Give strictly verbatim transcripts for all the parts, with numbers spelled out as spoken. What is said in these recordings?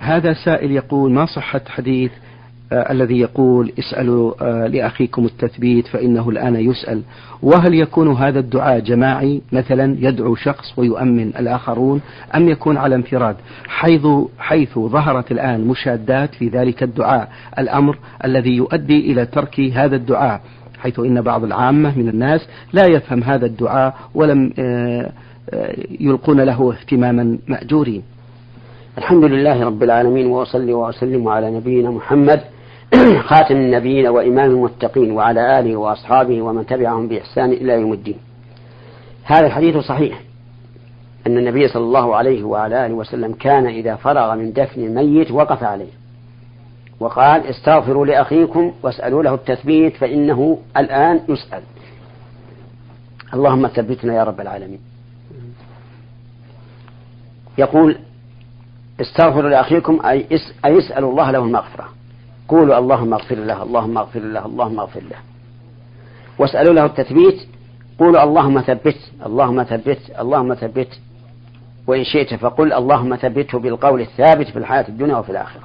هذا سائل يقول: ما صحة حديث آه الذي يقول اسألوا آه لأخيكم التثبيت فإنه الآن يسأل؟ وهل يكون هذا الدعاء جماعي، مثلا يدعو شخص ويؤمن الآخرون، أم يكون على انفراد، حيث, حيث ظهرت الآن مشادات في ذلك الدعاء، الأمر الذي يؤدي إلى ترك هذا الدعاء، حيث إن بعض العامة من الناس لا يفهم هذا الدعاء ولم آه آه يلقون له اهتماما مأجورين. الحمد لله رب العالمين، وأصلي وأسلم على نبينا محمد خاتم النبيين وإمام المتقين، وعلى آله وأصحابه ومن تبعهم بإحسان إلى يوم الدين. هذا الحديث صحيح أن النبي صلى الله عليه وعلى آله وسلم كان إذا فرغ من دفن الميت وقف عليه وقال: استغفروا لأخيكم واسألوا له التثبيت فإنه الآن يسأل. اللهم ثبتنا يا رب العالمين. يقول: استغفروا لأخيكم أي اسألوا الله له المغفرة، قولوا اللهم اغفر له اللهم اغفر له اللهم اغفر له. واسألوا له التثبيت، قولوا اللهم ثبت اللهم ثبت اللهم ثبت، وإن شئت فقل اللهم ثبته بالقول الثابت في الحياة الدنيا وفي الآخرة.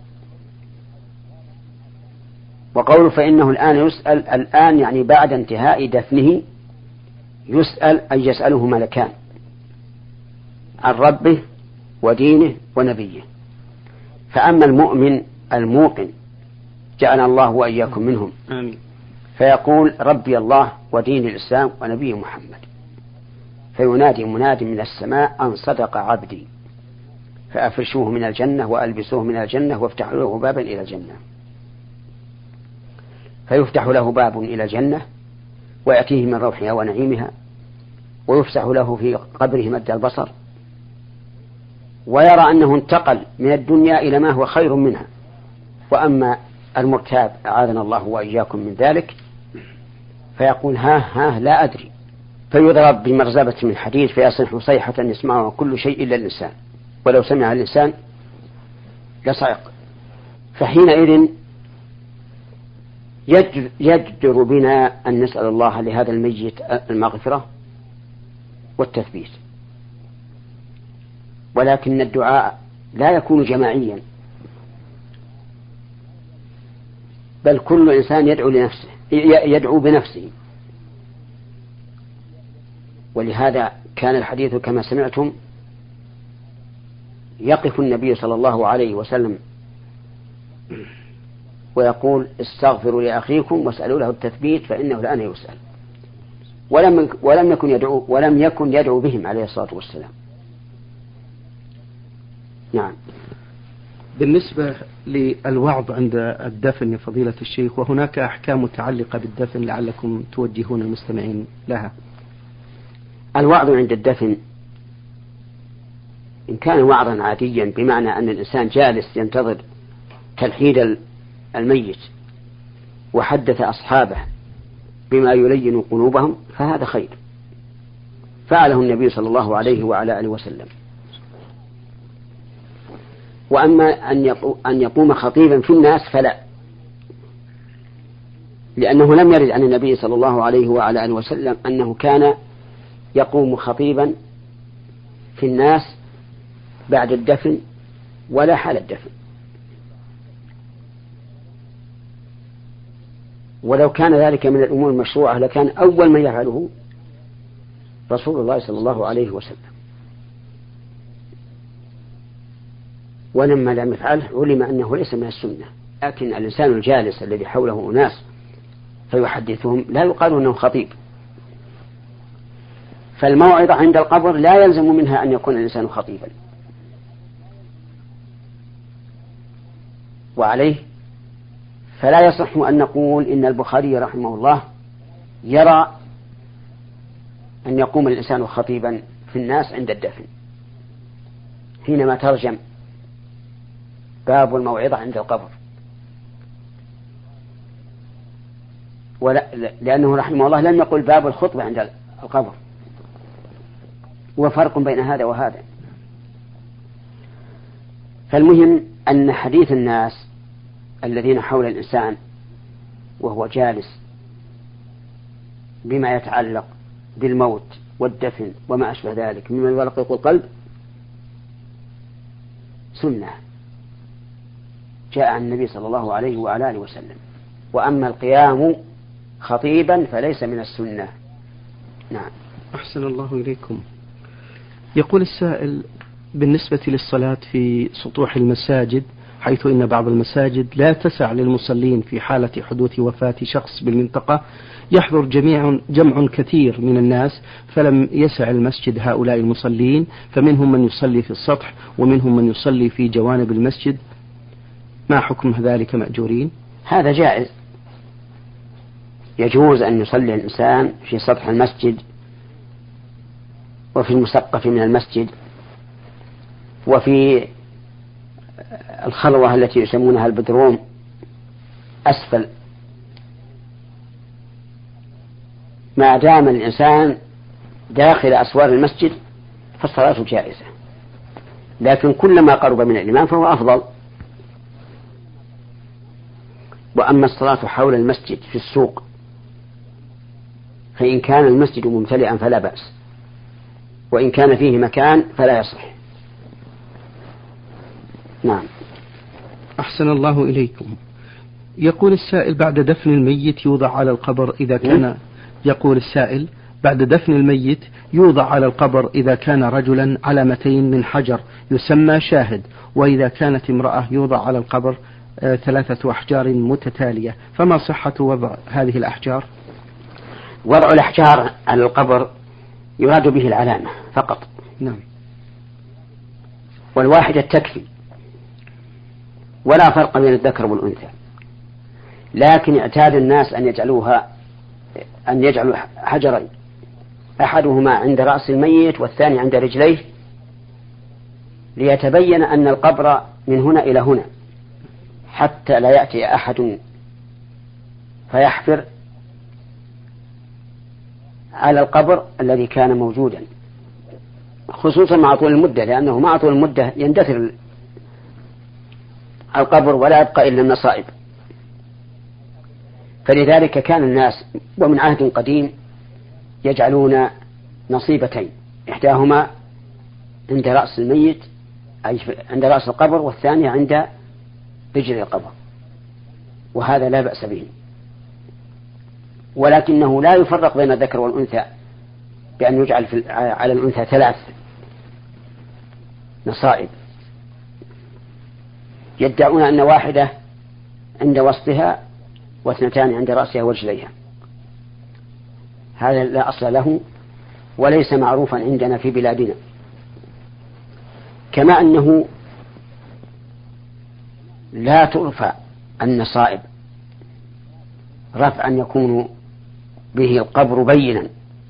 وقول فإنه الآن يسأل، الآن يعني بعد انتهاء دفنه يسأل، أي يسأله ملكان عن ربه ودينه ونبيه. فأما المؤمن الموقن جعل الله وإياكم منهم آمين، فيقول: ربي الله ودين الإسلام ونبي محمد، فينادي مناد من السماء أن صدق عبدي، فأفرشوه من الجنة وألبسوه من الجنة وافتحوا له بابا إلى الجنة. فيفتح له باب إلى الجنة ويأتيه من روحها ونعيمها، ويفسح له في قبره مد البصر، ويرى أنه انتقل من الدنيا إلى ما هو خير منها. وأما المرتاب أعاذنا الله وإياكم من ذلك فيقول: ها ها لا أدري، فيضرب بمرزبة من حديد فيصيح صيحة يسمعها كل شيء إلا الإنسان، ولو سمع الإنسان لصعق. فحينئذ يجدر بنا أن نسأل الله لهذا الميت المغفرة والتثبيت. ولكن الدعاء لا يكون جماعيا، بل كل إنسان يدعو لنفسه يدعو بنفسه. ولهذا كان الحديث كما سمعتم يقف النبي صلى الله عليه وسلم ويقول: استغفروا لأخيكم واسألوا له التثبيت فإنه الآن يسأل. ولم ولم يكن يدعو ولم يكن يدعو بهم عليه الصلاة والسلام. نعم. بالنسبة للوعظ عند الدفن يا فضيلة الشيخ، وهناك أحكام متعلقة بالدفن لعلكم توجهون المستمعين لها. الوعظ عند الدفن إن كان وعظا عاديا بمعنى أن الإنسان جالس ينتظر تلحيد الميت وحدث أصحابه بما يلين قلوبهم فهذا خير، فعله النبي صلى الله عليه وعلى آله وسلم. وأما أن يقوم خطيبا في الناس فلا، لأنه لم يرد عن النبي صلى الله عليه وعلى آله وسلم أنه كان يقوم خطيبا في الناس بعد الدفن ولا حال الدفن. ولو كان ذلك من الأمور المشروعة لكان أول من يفعله رسول الله صلى الله عليه وسلم، ولما لم يفعله علم أنه ليس من السنة. لكن الإنسان الجالس الذي حوله أناس فيحدثهم لا يقال أنه خطيب. فالموعظة عند القبر لا يلزم منها أن يكون الإنسان خطيبا. وعليه فلا يصح أن نقول إن البخاري رحمه الله يرى أن يقوم الإنسان خطيبا في الناس عند الدفن حينما ترجم باب الموعظة عند القبر، ولا لأنه رحمه الله لم يقل باب الخطبة عند القبر، وفرق بين هذا وهذا. فالمهم أن حديث الناس الذين حول الإنسان وهو جالس بما يتعلق بالموت والدفن وما أشبه ذلك مما يرقق القلب سنة، جاء عن النبي صلى الله عليه وعلى آله وسلم. وأما القيام خطيبا فليس من السنة. نعم. أحسن الله إليكم. يقول السائل: بالنسبة للصلاة في سطوح المساجد، حيث إن بعض المساجد لا تسع للمصلين في حالة حدوث وفاة شخص بالمنطقة، يحضر جميع جمع كثير من الناس، فلم يسع المسجد هؤلاء المصلين، فمنهم من يصلي في السطح ومنهم من يصلي في جوانب المسجد، ما حكم ذلك مأجورين؟ هذا جائز، يجوز أن يصلي الإنسان في سطح المسجد وفي المسقف من المسجد وفي الخلوة التي يسمونها البدروم أسفل، ما دام الإنسان داخل أسوار المسجد فالصلاة جائزة، لكن كلما قرب من الإمام فهو أفضل. وأما الصلاة حول المسجد في السوق فإن كان المسجد ممتلئا فلا بأس، وإن كان فيه مكان فلا يصح. نعم. أحسن الله إليكم. يقول السائل: بعد دفن الميت يوضع على القبر إذا كان يقول السائل بعد دفن الميت يوضع على القبر إذا كان رجلا علامتين من حجر يسمى شاهد، وإذا كانت امرأة يوضع على القبر آه ثلاثة أحجار متتالية، فما صحة وضع هذه الأحجار؟ وضع الأحجار على القبر يراد به العلامة فقط. نعم. والواحدة تكفي، ولا فرق بين الذكر والأنثى، لكن اعتاد الناس أن يجعلوها أن يجعلوا حجرين، أحدهما عند رأس الميت والثاني عند رجليه، ليتبين أن القبر من هنا إلى هنا، حتى لا يأتي أحد فيحفر على القبر الذي كان موجودا، خصوصا مع طول المدة، لأنه مع طول المدة يندثر القبر ولا يبقى إلا النصائب. فلذلك كان الناس ومن عهد قديم يجعلون نصيبتين، إحداهما عند رأس الميت أي عند رأس القبر، والثانية عند رجل القبر، وهذا لا بأس به، ولكنه لا يفرق بين الذكر والأنثى بأن يجعل في على الأنثى ثلاث نصائب، يدعون أن واحدة عند وسطها واثنتان عند رأسها ورجليها. هذا لا أصل له وليس معروفا عندنا في بلادنا. كما أنه لا ترفع النصائب رفعا يكون به القبر بينا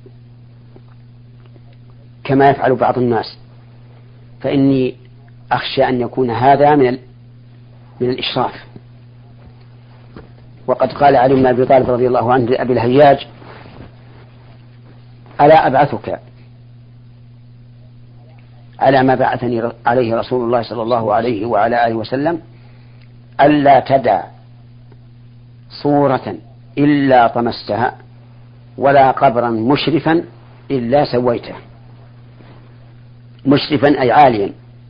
كما يفعل بعض الناس، فإني أخشى أن يكون هذا من من الإشراف. وقد قال علي بن أبي طالب رضي الله عنه لأبي الهياج: ألا أبعثك على ما بعثني عليه رسول الله صلى الله عليه وعلى آله وسلم، ألا تدع صورة إلا طمستها ولا قبرا مشرفا إلا سويته. مشرفا أي عاليا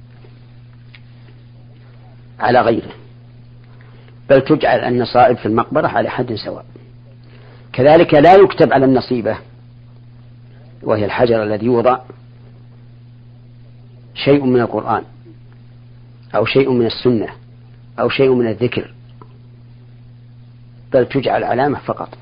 على غيره، بل تجعل النصائب في المقبرة على حد سواء. كذلك لا يكتب على النصيبة وهي الحجر الذي يوضع شيء من القرآن أو شيء من السنة أو شيء من الذكر، بل تجعل علامة فقط.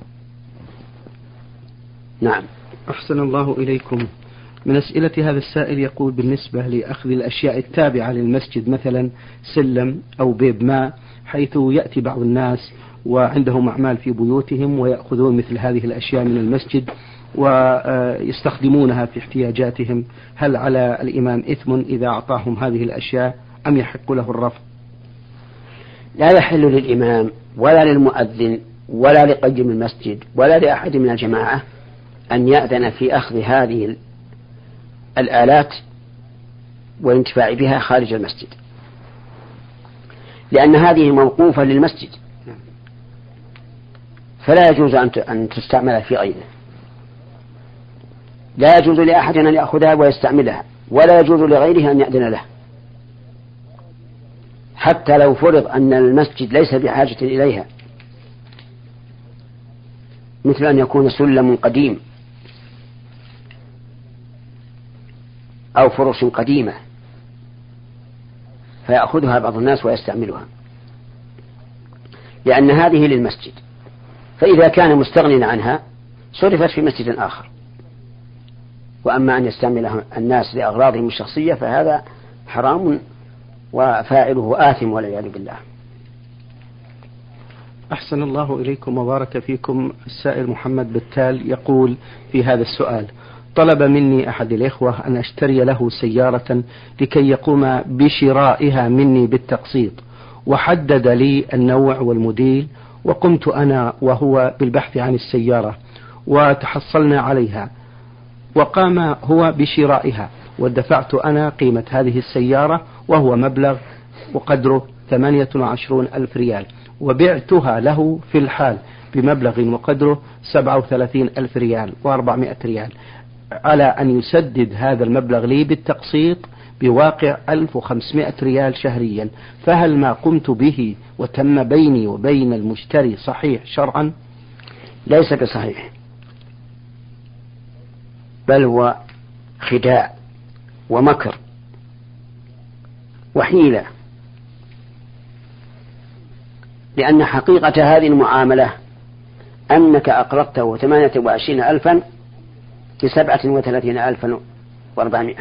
نعم. أحسن الله إليكم. من أسئلة هذا السائل يقول: بالنسبة لأخذ الأشياء التابعة للمسجد مثلا سلم أو بيب ماء، حيث يأتي بعض الناس وعندهم أعمال في بيوتهم ويأخذون مثل هذه الأشياء من المسجد ويستخدمونها في احتياجاتهم، هل على الإمام إثم إذا أعطاهم هذه الأشياء أم يحق له الرفض؟ لا يحل للإمام ولا للمؤذن ولا لقيم المسجد ولا لأحد من الجماعة أن يأذن في أخذ هذه الآلات والانتفاع بها خارج المسجد، لأن هذه موقوفة للمسجد فلا يجوز أن تستعمل في غيره. لا يجوز لأحد أن يأخذها ويستعملها، ولا يجوز لغيره أن يأذن له حتى لو فرض أن المسجد ليس بحاجة إليها، مثل أن يكون سلم قديم أو فرش قديمة فيأخذها بعض الناس ويستعملها، لأن هذه للمسجد، فإذا كان مستغنيا عنها صرفت في مسجد آخر. وأما أن يستعملها الناس لأغراضهم الشخصية فهذا حرام وفاعله آثم والعياذ بالله. أحسن الله إليكم وبارك فيكم. السائل محمد بتال يقول في هذا السؤال: طلب مني أحد الإخوة أن أشتري له سيارة لكي يقوم بشرائها مني بالتقسيط، وحدد لي النوع والموديل، وقمت أنا وهو بالبحث عن السيارة وتحصلنا عليها، وقام هو بشرائها، ودفعت أنا قيمة هذه السيارة وهو مبلغ وقدره ثمانية وعشرون ألف ريال، وبعتها له في الحال بمبلغ وقدره سبعة وثلاثين ألف ريال وأربعمائة ريال، على أن يسدد هذا المبلغ لي بالتقسيط بواقع ألف وخمسمائة ريال شهريا، فهل ما قمت به وتم بيني وبين المشتري صحيح شرعا؟ ليس بصحيح، بل هو خداع ومكر وحيلة، لأن حقيقة هذه المعاملة أنك أقرضته ثمانية وعشرين ألفا بسبعة وثلاثين ألفا وأربعمائة،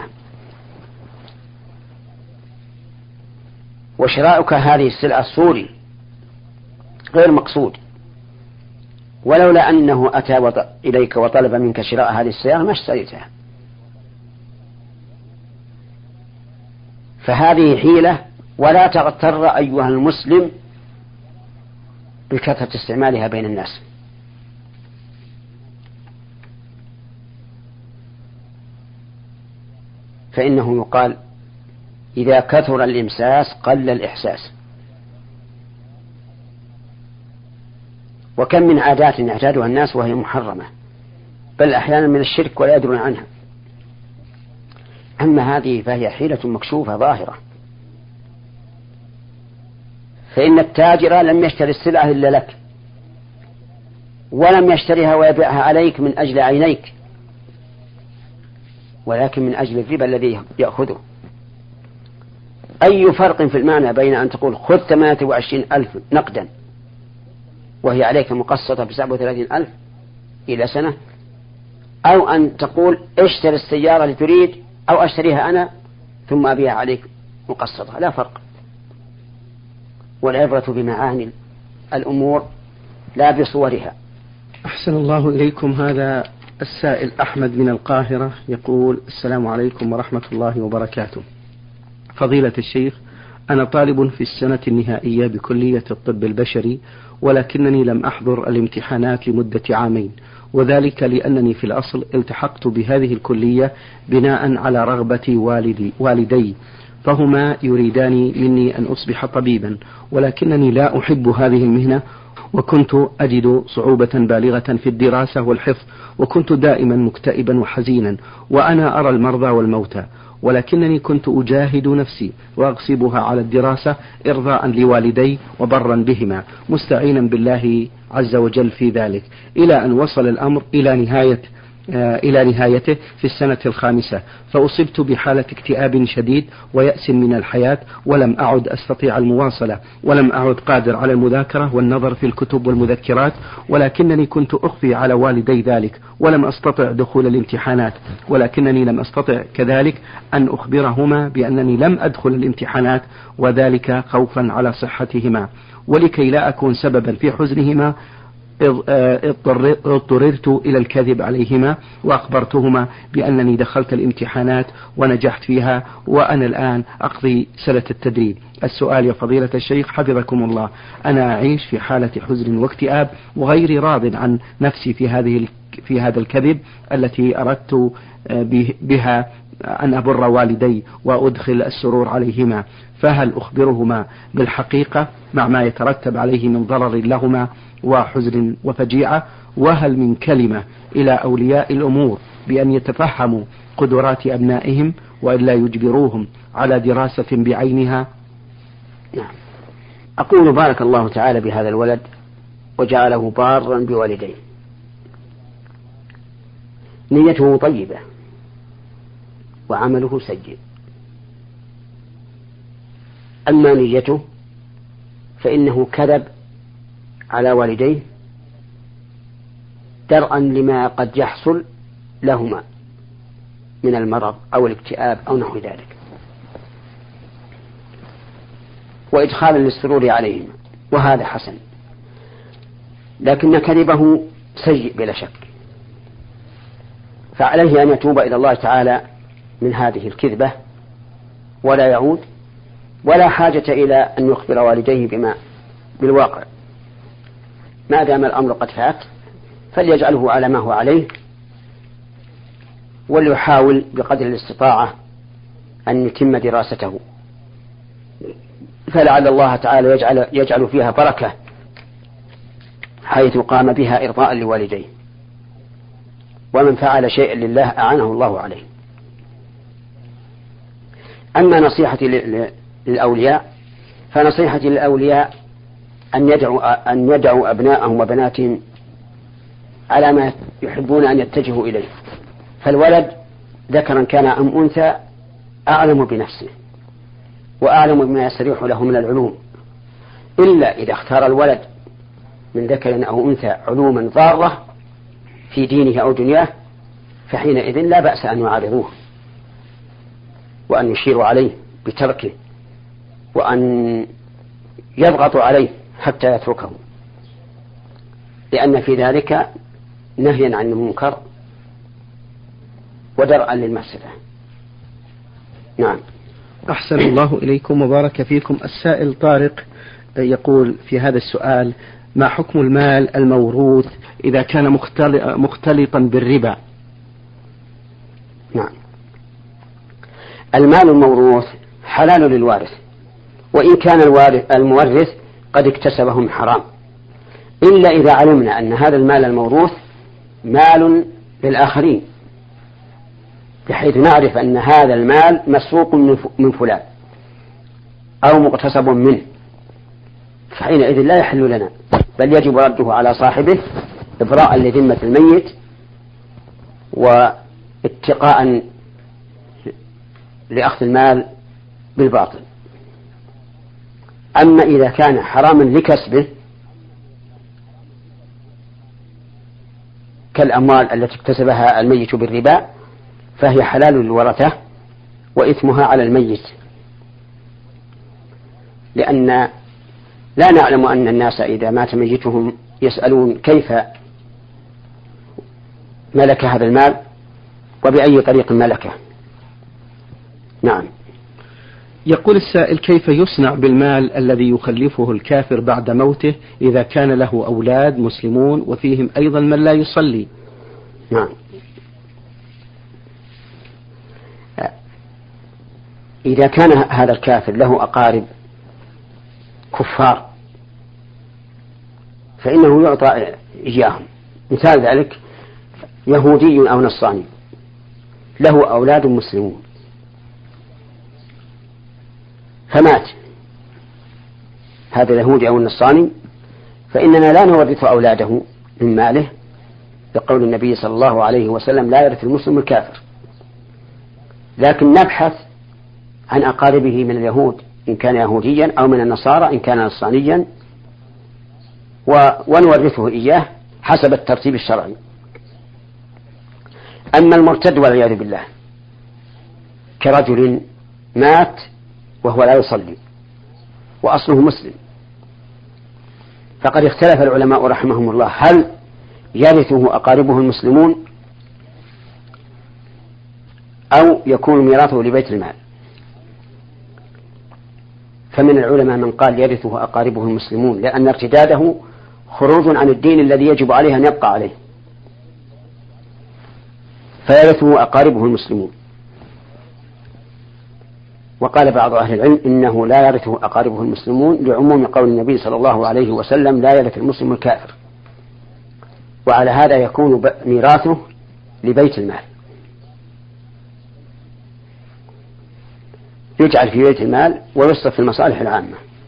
وشراؤك هذه السلعة الصوري غير مقصود، ولولا أنه أتى إليك وطلب منك شراء هذه السيارة ما اشتريتها. فهذه حيلة، ولا تغتر أيها المسلم بكثرة استعمالها بين الناس. فإنه يقال: إذا كثر الإمساس قل الإحساس. وكم من عادات يعتادها الناس وهي محرمة، بل أحيانا من الشرك ولا يدرون عنها. أما هذه فهي حيلة مكشوفة ظاهرة، فإن التاجر لم يشتري السلعة إلا لك، ولم يشتريها ويبيعها عليك من أجل عينيك، ولكن من أجل الربا الذي يأخذه. أي فرق في المعنى بين أن تقول خذ ثمانية وعشرين ألف نقدا وهي عليك مقسطة بسبعة وثلاثين ألف إلى سنة، أو أن تقول اشتري السيارة لتريد، أو أشتريها أنا ثم أبيعها عليك مقسطة. لا فرق، والعبرة بمعاني الأمور لا بصورها. أحسن الله إليكم. هذا السائل أحمد من القاهرة يقول: السلام عليكم ورحمة الله وبركاته. فضيلة الشيخ، أنا طالب في السنة النهائية بكلية الطب البشري، ولكنني لم أحضر الامتحانات لمدة عامين، وذلك لأنني في الأصل التحقت بهذه الكلية بناء على رغبة والدي والدي فهما يريدان مني أن أصبح طبيبا، ولكنني لا أحب هذه المهنة، وكنت أجد صعوبة بالغة في الدراسة والحفظ، وكنت دائما مكتئبا وحزينا وأنا أرى المرضى والموتى، ولكنني كنت أجاهد نفسي وأغصبها على الدراسة إرضاء لوالدي وبرا بهما، مستعينا بالله عز وجل في ذلك، إلى أن وصل الأمر إلى نهاية إلى نهايته في السنة الخامسة، فأصبت بحالة اكتئاب شديد ويأس من الحياة، ولم أعد أستطيع المواصلة، ولم أعد قادر على المذاكرة والنظر في الكتب والمذكرات، ولكنني كنت أخفي على والدي ذلك، ولم أستطع دخول الامتحانات، ولكنني لم أستطع كذلك أن أخبرهما بأنني لم أدخل الامتحانات، وذلك خوفا على صحتهما، ولكي لا أكون سببا في حزنهما اضطررت إلى الكذب عليهما، وأخبرتهما بأنني دخلت الامتحانات ونجحت فيها، وأنا الآن أقضي سنة التدريب. السؤال يا فضيلة الشيخ حفظكم الله: أنا أعيش في حالة حزن واكتئاب وغير راض عن نفسي في هذه في هذا الكذب التي أردت بها أن أبر والدي وأدخل السرور عليهما، فهل أخبرهما بالحقيقة مع ما يترتب عليه من ضرر لهما وحزن وفجيعة؟ وهل من كلمة إلى أولياء الأمور بأن يتفهموا قدرات أبنائهم وإلا يجبروهم على دراسة بعينها؟ نعم. أقول بارك الله تعالى بهذا الولد وجعله بارا بوالديه، نيته طيبة وعمله سيء. أما نيته فإنه كذب على والديه درءا لما قد يحصل لهما من المرض أو الاكتئاب أو نحو ذلك، وإدخالا للسرور عليهما، وهذا حسن، لكن كذبه سيء بلا شك، فعليه أن يتوب إلى الله تعالى من هذه الكذبة ولا يعود، ولا حاجة إلى أن يخبر والديه بما بالواقع، ما دام الأمر قد فات فليجعله على ما هو عليه، وليحاول بقدر الاستطاعة أن يتم دراسته، فلعل الله تعالى يجعل, يجعل فيها بركة حيث قام بها إرضاء لوالديه، ومن فعل شيئا لله أعانه الله عليه. أما نصيحتي للأولياء فنصيحتي للأولياء أن يدعوا, أن يدعوا أبناءهم وبناتهم على ما يحبون أن يتجهوا إليه، فالولد ذكرا كان أم أنثى أعلم بنفسه وأعلم بما يستريح له من العلوم، إلا إذا اختار الولد من ذكر أو أنثى علوما ضارة في دينه أو دنياه فحينئذ لا بأس أن يعارضوه وأن يشيروا عليه بتركه وأن يضغطوا عليه حتى يتركه، لأن في ذلك نهيا عن المنكر ودرءا للمفسدة. نعم. أحسن الله إليكم وبارك فيكم. السائل طارق يقول في هذا السؤال: ما حكم المال الموروث إذا كان مختلطا بالربا؟ نعم. المال الموروث حلال للوارث، وإن كان الوارث المورث قد اكتسبه من حرام، إلا إذا علمنا أن هذا المال الموروث مال للآخرين، بحيث نعرف أن هذا المال مسروق من فلان أو مقتصب منه، فحينئذ لا يحل لنا، بل يجب رده على صاحبه إبراء لذمة الميت واتقاء لأخذ المال بالباطل. أما إذا كان حراما لكسبه كالأموال التي اكتسبها الميت بالربا فهي حلال للورثة وإثمها على الميت، لأن لا نعلم أن الناس إذا مات ميتهم يسألون كيف ملك هذا المال وبأي طريق ملكه. نعم. يقول السائل: كيف يصنع بالمال الذي يخلفه الكافر بعد موته إذا كان له أولاد مسلمون وفيهم أيضا من لا يصلي؟ نعم. إذا كان هذا الكافر له أقارب كفار فإنه يعطى إياهم. مثال ذلك يهودي أو نصراني له أولاد مسلمون فمات هذا اليهودي أو النصراني، فإننا لا نورث أولاده من ماله، لقول النبي صلى الله عليه وسلم: لا يرث المسلم الكافر، لكن نبحث عن أقاربه من اليهود إن كان يهوديا أو من النصارى إن كان نصرانيا ونورثه إياه حسب الترتيب الشرعي. أما المرتد والعياذ بالله كرجل مات وهو لا يصلي وأصله مسلم، فقد اختلف العلماء رحمهم الله هل يرثه أقاربه المسلمون أو يكون ميراثه لبيت المال. فمن العلماء من قال يرثه أقاربه المسلمون، لأن ارتداده خروج عن الدين الذي يجب عليه أن يبقى عليه، فيرثه أقاربه المسلمون. وقال بعض أهل العلم إنه لا يرثه أقاربه المسلمون لعموم قول النبي صلى الله عليه وسلم: لا يرث المسلم الكافر، وعلى هذا يكون ميراثه لبيت المال، يجعل في بيت المال ويصرف في المصالح العامة.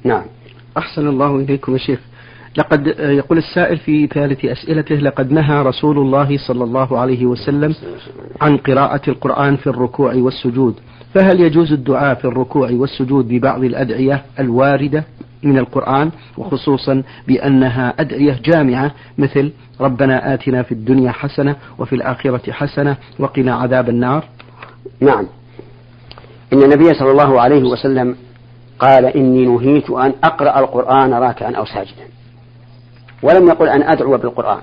نعم. أحسن الله إليكم يا شيخ. لقد يقول السائل في ثالث أسئلته: لقد نهى رسول الله صلى الله عليه وسلم عن قراءة القرآن في الركوع والسجود، فهل يجوز الدعاء في الركوع والسجود ببعض الأدعية الواردة من القرآن، وخصوصا بأنها أدعية جامعة مثل ربنا آتنا في الدنيا حسنة وفي الآخرة حسنة وقنا عذاب النار؟ نعم. إن النبي صلى الله عليه وسلم قال: إني نهيت أن أقرأ القرآن راكعا أو ساجدا، ولم يقل أن أدعو بالقرآن.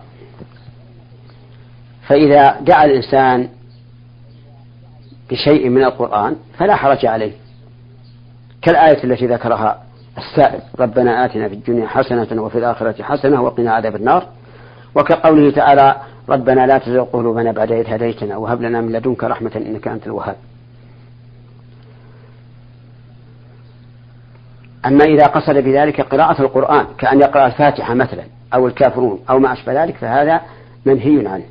فإذا دعا الإنسان بشيء من القرآن فلا حرج عليه، كالآية التي ذكرها السائل: ربنا آتنا في الدنيا حسنة وفي الآخرة حسنة وقنا عذاب النار، وكقوله تعالى: ربنا لا تزغ قلوبنا بعد إذ هديتنا وهب لنا من لدنك رحمة إنك أنت الوهاب. أما إذا قصد بذلك قراءة القرآن كأن يقرأ الفاتحة مثلا أو الكافرون أو ما أشبه ذلك فهذا منهي عنه.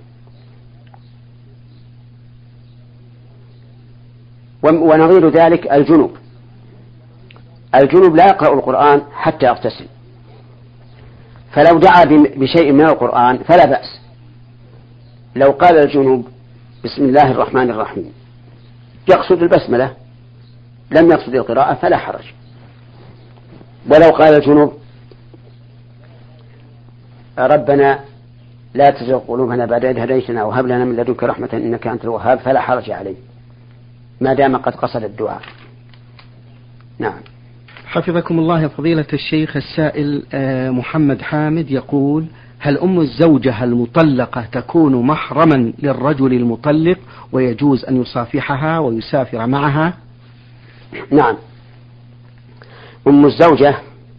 ونظير ذلك الجنوب. الجنوب لا يقرأ القرآن حتى يغتسل، فلو دعا بشيء من القرآن فلا بأس. لو قال الجنوب بسم الله الرحمن الرحيم يقصد البسملة لم يقصد القراءة فلا حرج. ولو قال الجنوب ربنا لا تزغ قلوبنا بعد إذ هديتنا وهب لنا من لدنك رحمة إنك أنت الوهاب فلا حرج عليه ما دام قد قصد الدعاء. نعم. حفظكم الله يا فضيلة الشيخ. السائل محمد حامد يقول: هل أم الزوجة المطلقة تكون محرما للرجل المطلق ويجوز أن يصافحها ويسافر معها؟ نعم. أم الزوجة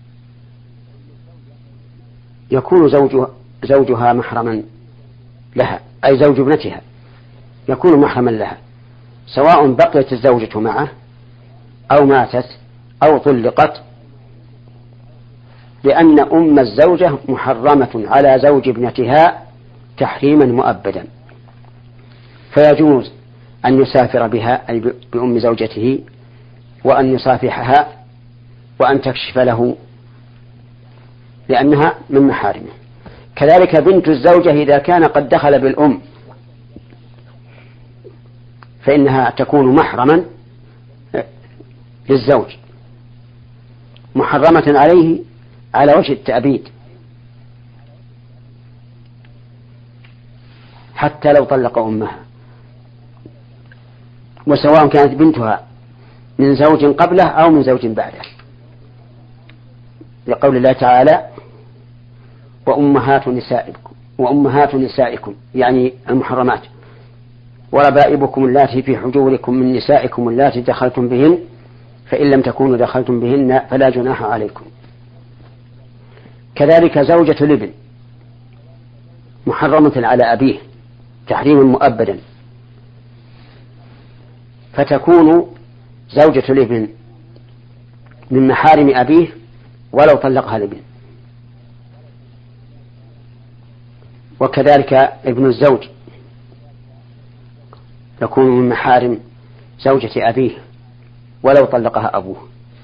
يكون زوجها, زوجها محرما لها، أي زوج ابنتها يكون محرما لها، سواء بقيت الزوجة معه أو ماتت أو طلقت، لأن أم الزوجة محرمة على زوج ابنتها تحريما مؤبدا، فيجوز أن يسافر بها أي بأم زوجته وأن يصافحها وأن تكشف له لأنها من محارمه. كذلك بنت الزوجة إذا كان قد دخل بالأم فإنها تكون محرما للزوج، محرمة عليه على وجه التأبيد حتى لو طلق أمها، وسواء كانت بنتها من زوج قبله أو من زوج بعده، لقول الله تعالى: وأمهات نسائكم وأمهات نسائكم يعني المحرمات، وربائبكم اللاتي في حجوركم من نسائكم اللاتي دخلتم بهن فإن لم تكونوا دخلتم بهن فلا جناح عليكم. كذلك زوجة الابن محرمة على أبيه تحريما مؤبدا، فتكون زوجة الابن من محارم أبيه ولو طلقها الابن. وكذلك ابن الزوج يكون من محارم زوجة أبيه ولو طلقها أبوه.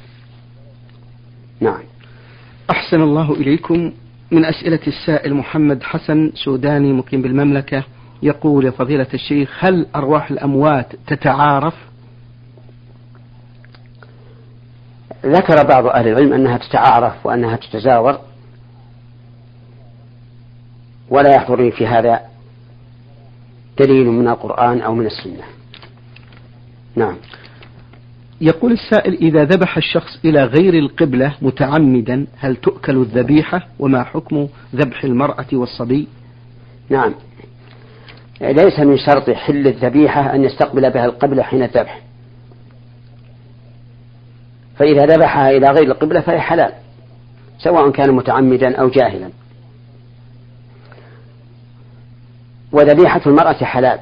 نعم. أحسن الله إليكم. من أسئلة السائل محمد حسن سوداني مقيم بالمملكة يقول: يا فضيلة الشيخ، هل أرواح الأموات تتعارف؟ ذكر بعض أهل العلم أنها تتعارف وأنها تتزاور، ولا يحضرني في هذا دليل من القرآن أو من السنة. نعم. يقول السائل: إذا ذبح الشخص إلى غير القبلة متعمدا هل تؤكل الذبيحة؟ وما حكم ذبح المرأة والصبي؟ نعم. ليس من شرط حل الذبيحة أن يستقبل بها القبلة حين الذبح، فإذا ذبحها إلى غير القبلة فهي حلال سواء كان متعمدا أو جاهلا. وذبيحة المرأة حلال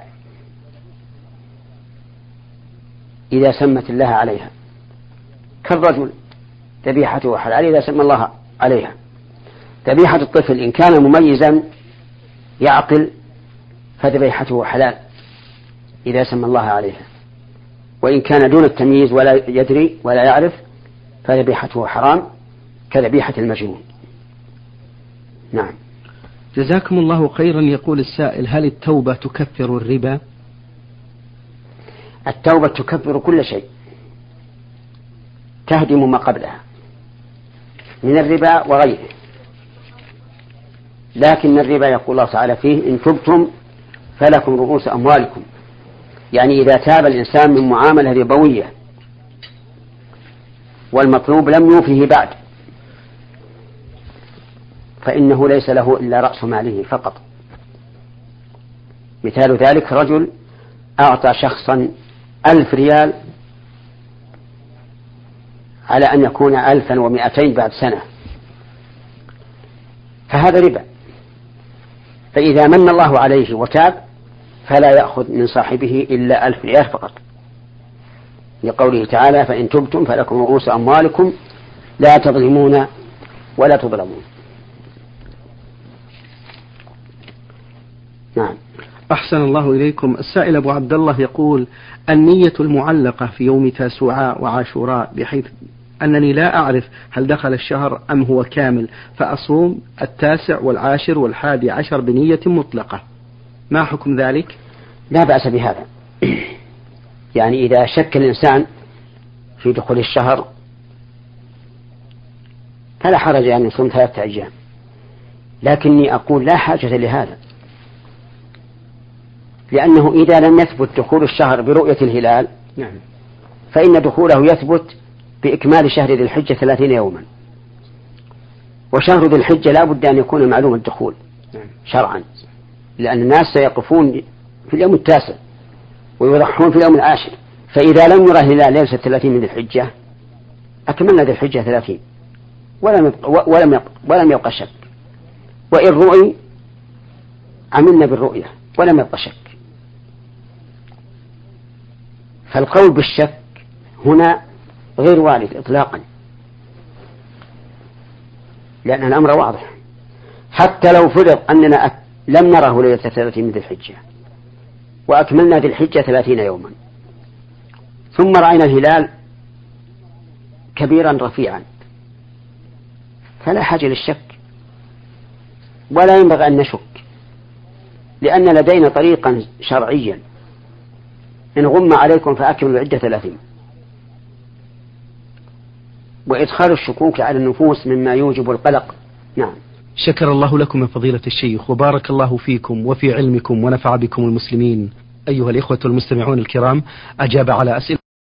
إذا سمت الله عليها، كالرجل ذبيحته حلال إذا سمى الله عليها. ذبيحة الطفل إن كان مميزا يعقل فذبيحته حلال إذا سمى الله عليها، وإن كان دون التمييز ولا يدري ولا يعرف فذبيحته حرام كذبيحة المجنون. نعم. جزاكم الله خيرا. يقول السائل: هل التوبة تكفر الربا؟ التوبة تكفر كل شيء، تهدم ما قبلها من الربا وغيره، لكن الربا يقول الله تعالى فيه: إن تبتم فلكم رؤوس أموالكم، يعني إذا تاب الإنسان من معاملة ربوية والمطلوب لم يوفه بعد فإنه ليس له إلا رأس ماله فقط. مثال ذلك: رجل أعطى شخصا ألف ريال على أن يكون ألفا ومائتين بعد سنة، فهذا ربا، فإذا من الله عليه وتاب فلا يأخذ من صاحبه إلا ألف ريال فقط، لقوله تعالى: فإن تبتم فلكم رؤوس أموالكم لا تظلمون ولا تظلمون. نعم. أحسن الله إليكم. السائل أبو عبد الله يقول: النية المعلقة في يوم تاسوعاء وعاشوراء، بحيث أنني لا أعرف هل دخل الشهر أم هو كامل، فأصوم التاسع والعاشر والحادي عشر بنية مطلقة، ما حكم ذلك؟ لا بأس بهذا. يعني إذا شك الإنسان في دخول الشهر فلا حرج أن يصوم ثلاثة أيام، لكني أقول لا حاجة لهذا، لأنه إذا لم يثبت دخول الشهر برؤية الهلال فإن دخوله يثبت بإكمال شهر ذي الحجة ثلاثين يوما، وشهر ذي الحجة لا بد أن يكون معلوم الدخول شرعا، لأن الناس سيقفون في اليوم التاسع ويضحون في اليوم العاشر، فإذا لم يرى الهلال ليلة الثلاثين من ذي الحجة أكملنا ذي الحجة ثلاثين ولم يبقى, ولم يبقى, ولم يبقى شك، وإن رؤي عملنا بالرؤية ولم يبقى شك. فالقول بالشك هنا غير وارد إطلاقا، لأن الأمر واضح، حتى لو فرض أننا لم نره ليلة ثلاثين من ذي الحجة وأكملنا ذي الحجة ثلاثين يوما ثم رأينا الهلال كبيرا رفيعا فلا حاجة للشك ولا ينبغي أن نشك، لأن لدينا طريقا شرعيا: إن غم عليكم فأكملوا العدة ثلاثين. وإدخال الشكوك على النفوس مما يوجب القلق. نعم. شكر الله لكم من فضيلة الشيخ، وبارك الله فيكم وفي علمكم ونفع بكم المسلمين. أيها الإخوة المستمعون الكرام، أجاب على أسئلة